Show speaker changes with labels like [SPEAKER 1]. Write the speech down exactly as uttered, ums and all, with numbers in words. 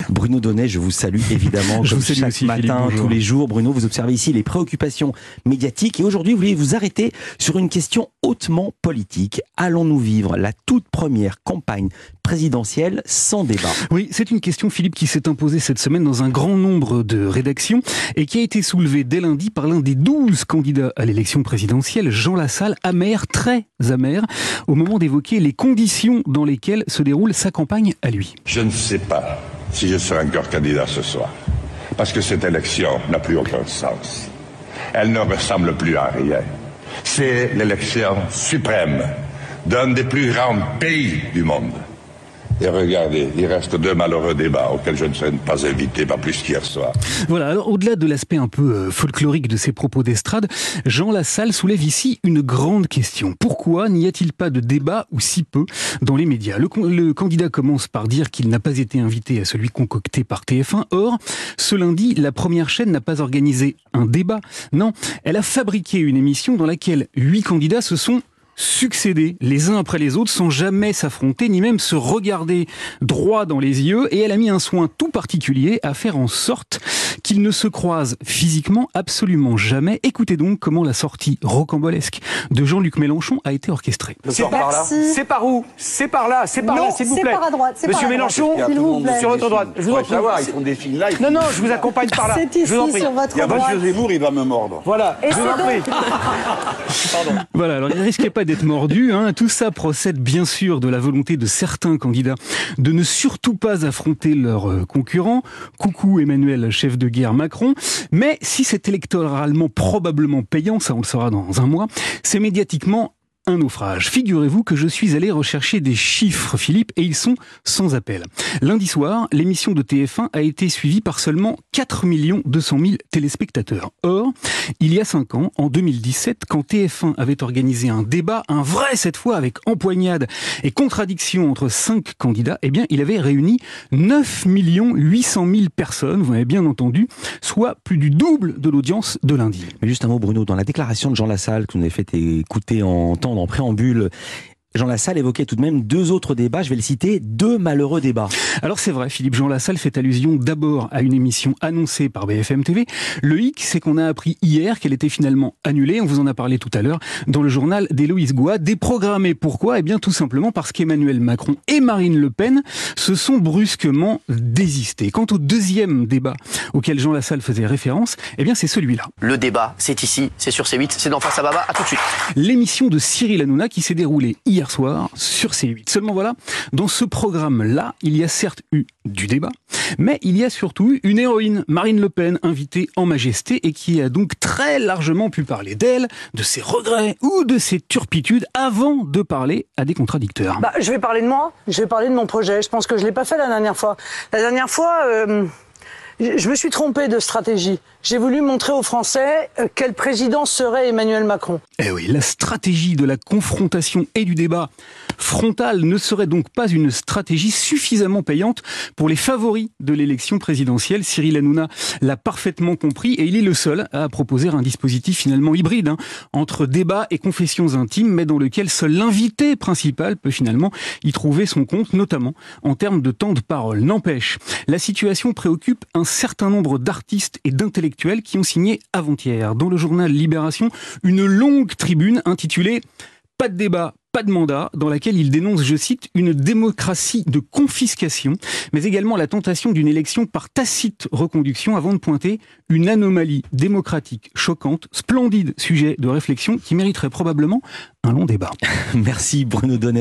[SPEAKER 1] Bruno Donnet, je vous salue évidemment,
[SPEAKER 2] je
[SPEAKER 1] comme
[SPEAKER 2] vous salue
[SPEAKER 1] chaque
[SPEAKER 2] aussi,
[SPEAKER 1] matin,
[SPEAKER 2] Philippe,
[SPEAKER 1] tous les jours. Bruno, vous observez ici les préoccupations médiatiques et aujourd'hui, vous voulez vous arrêter sur une question hautement politique. Allons-nous vivre la toute première campagne présidentielle sans débat?
[SPEAKER 2] Oui, c'est une question, Philippe, qui s'est imposée cette semaine dans un grand nombre de rédactions et qui a été soulevée dès lundi par l'un des douze candidats à l'élection présidentielle, Jean Lassalle, amer, très amer, au moment d'évoquer les conditions dans lesquelles se déroule sa campagne à lui.
[SPEAKER 3] Je ne sais pas si je serai encore candidat ce soir, parce que cette élection n'a plus aucun sens. Elle ne ressemble plus à rien. C'est l'élection suprême d'un des plus grands pays du monde. Et regardez, il reste deux malheureux débats auxquels je ne serai pas invité, pas plus qu'hier soir.
[SPEAKER 2] Voilà, alors au-delà de l'aspect un peu euh, folklorique de ses propos d'estrade, Jean Lassalle soulève ici une grande question. Pourquoi n'y a-t-il pas de débat, ou si peu, dans les médias? le, le candidat commence par dire qu'il n'a pas été invité à celui concocté par T F un. Or, ce lundi, la première chaîne n'a pas organisé un débat. Non, elle a fabriqué une émission dans laquelle huit candidats se sont succéder les uns après les autres sans jamais s'affronter ni même se regarder droit dans les yeux, et elle a mis un soin tout particulier à faire en sorte qu'ils ne se croisent physiquement absolument jamais. Écoutez donc comment la sortie rocambolesque de Jean-Luc Mélenchon a été orchestrée.
[SPEAKER 4] C'est par là. C'est par où? C'est par là, c'est par
[SPEAKER 5] non,
[SPEAKER 4] là, s'il vous plaît.
[SPEAKER 5] C'est par à droite.
[SPEAKER 4] Monsieur Mélenchon, sur votre droite. Je vous en prie.
[SPEAKER 3] Ils font des films là.
[SPEAKER 4] Non, non, je vous accompagne par là.
[SPEAKER 5] C'est ici,
[SPEAKER 4] je vous en prie.
[SPEAKER 5] sur votre
[SPEAKER 3] Il y a
[SPEAKER 5] droite.
[SPEAKER 3] Monsieur Zemmour, il va me mordre.
[SPEAKER 4] Voilà,
[SPEAKER 5] Et
[SPEAKER 4] je vous en
[SPEAKER 5] c'est
[SPEAKER 4] prie. Pardon.
[SPEAKER 2] Voilà, alors il ne risquait pas d'être mordu. Hein. Tout ça procède bien sûr de la volonté de certains candidats de ne surtout pas affronter leurs concurrents. Coucou Emmanuel, chef de guerre Macron. Mais si c'est électoralement probablement payant, ça on le saura dans un mois, c'est médiatiquement un naufrage. Figurez-vous que je suis allé rechercher des chiffres, Philippe, et ils sont sans appel. Lundi soir, l'émission de T F un a été suivie par seulement quatre millions deux cent mille téléspectateurs. Or, il y a cinq ans, en deux mille dix-sept, quand T F un avait organisé un débat, un vrai cette fois, avec empoignade et contradiction entre cinq candidats, eh bien, il avait réuni neuf millions huit cent mille personnes, vous m'avez bien entendu, soit plus du double de l'audience de lundi.
[SPEAKER 1] Mais juste un mot, Bruno, dans la déclaration de Jean Lassalle que vous avez fait écouter en temps, en préambule, Jean Lassalle évoquait tout de même deux autres débats, je vais le citer, deux malheureux débats.
[SPEAKER 2] Alors c'est vrai, Philippe, Jean Lassalle fait allusion d'abord à une émission annoncée par B F M T V. Le hic, c'est qu'on a appris hier qu'elle était finalement annulée, on vous en a parlé tout à l'heure, dans le journal d'Héloïse Goua. Déprogrammée, pourquoi? Eh bien tout simplement parce qu'Emmanuel Macron et Marine Le Pen se sont brusquement désistés. Quant au deuxième débat auquel Jean Lassalle faisait référence, eh bien c'est celui-là.
[SPEAKER 6] Le débat, c'est ici, c'est sur C huit, c'est dans Face à Baba, à tout de suite.
[SPEAKER 2] L'émission de Cyril Hanouna qui s'est déroulée hier hier soir sur C huit. Seulement voilà, dans ce programme-là, il y a certes eu du débat, mais il y a surtout eu une héroïne, Marine Le Pen, invitée en majesté et qui a donc très largement pu parler d'elle, de ses regrets ou de ses turpitudes avant de parler à des contradicteurs.
[SPEAKER 5] Bah, je vais parler de moi, je vais parler de mon projet. Je pense que je ne l'ai pas fait la dernière fois. La dernière fois, euh, je me suis trompé de stratégie. J'ai voulu montrer aux Français euh, quel président serait Emmanuel Macron.
[SPEAKER 2] Eh oui, la stratégie de la confrontation et du débat frontal ne serait donc pas une stratégie suffisamment payante pour les favoris de l'élection présidentielle. Cyril Hanouna l'a parfaitement compris et il est le seul à proposer un dispositif finalement hybride, hein, entre débat et confessions intimes, mais dans lequel seul l'invité principal peut finalement y trouver son compte, notamment en termes de temps de parole. N'empêche, la situation préoccupe un certain nombre d'artistes et d'intellectuels qui ont signé avant-hier dans le journal Libération une longue tribune intitulée « Pas de débat, pas de mandat », dans laquelle il dénonce, je cite, une démocratie de confiscation, mais également la tentation d'une élection par tacite reconduction avant de pointer une anomalie démocratique choquante, splendide sujet de réflexion qui mériterait probablement un long débat.
[SPEAKER 1] Merci Bruno Donnet.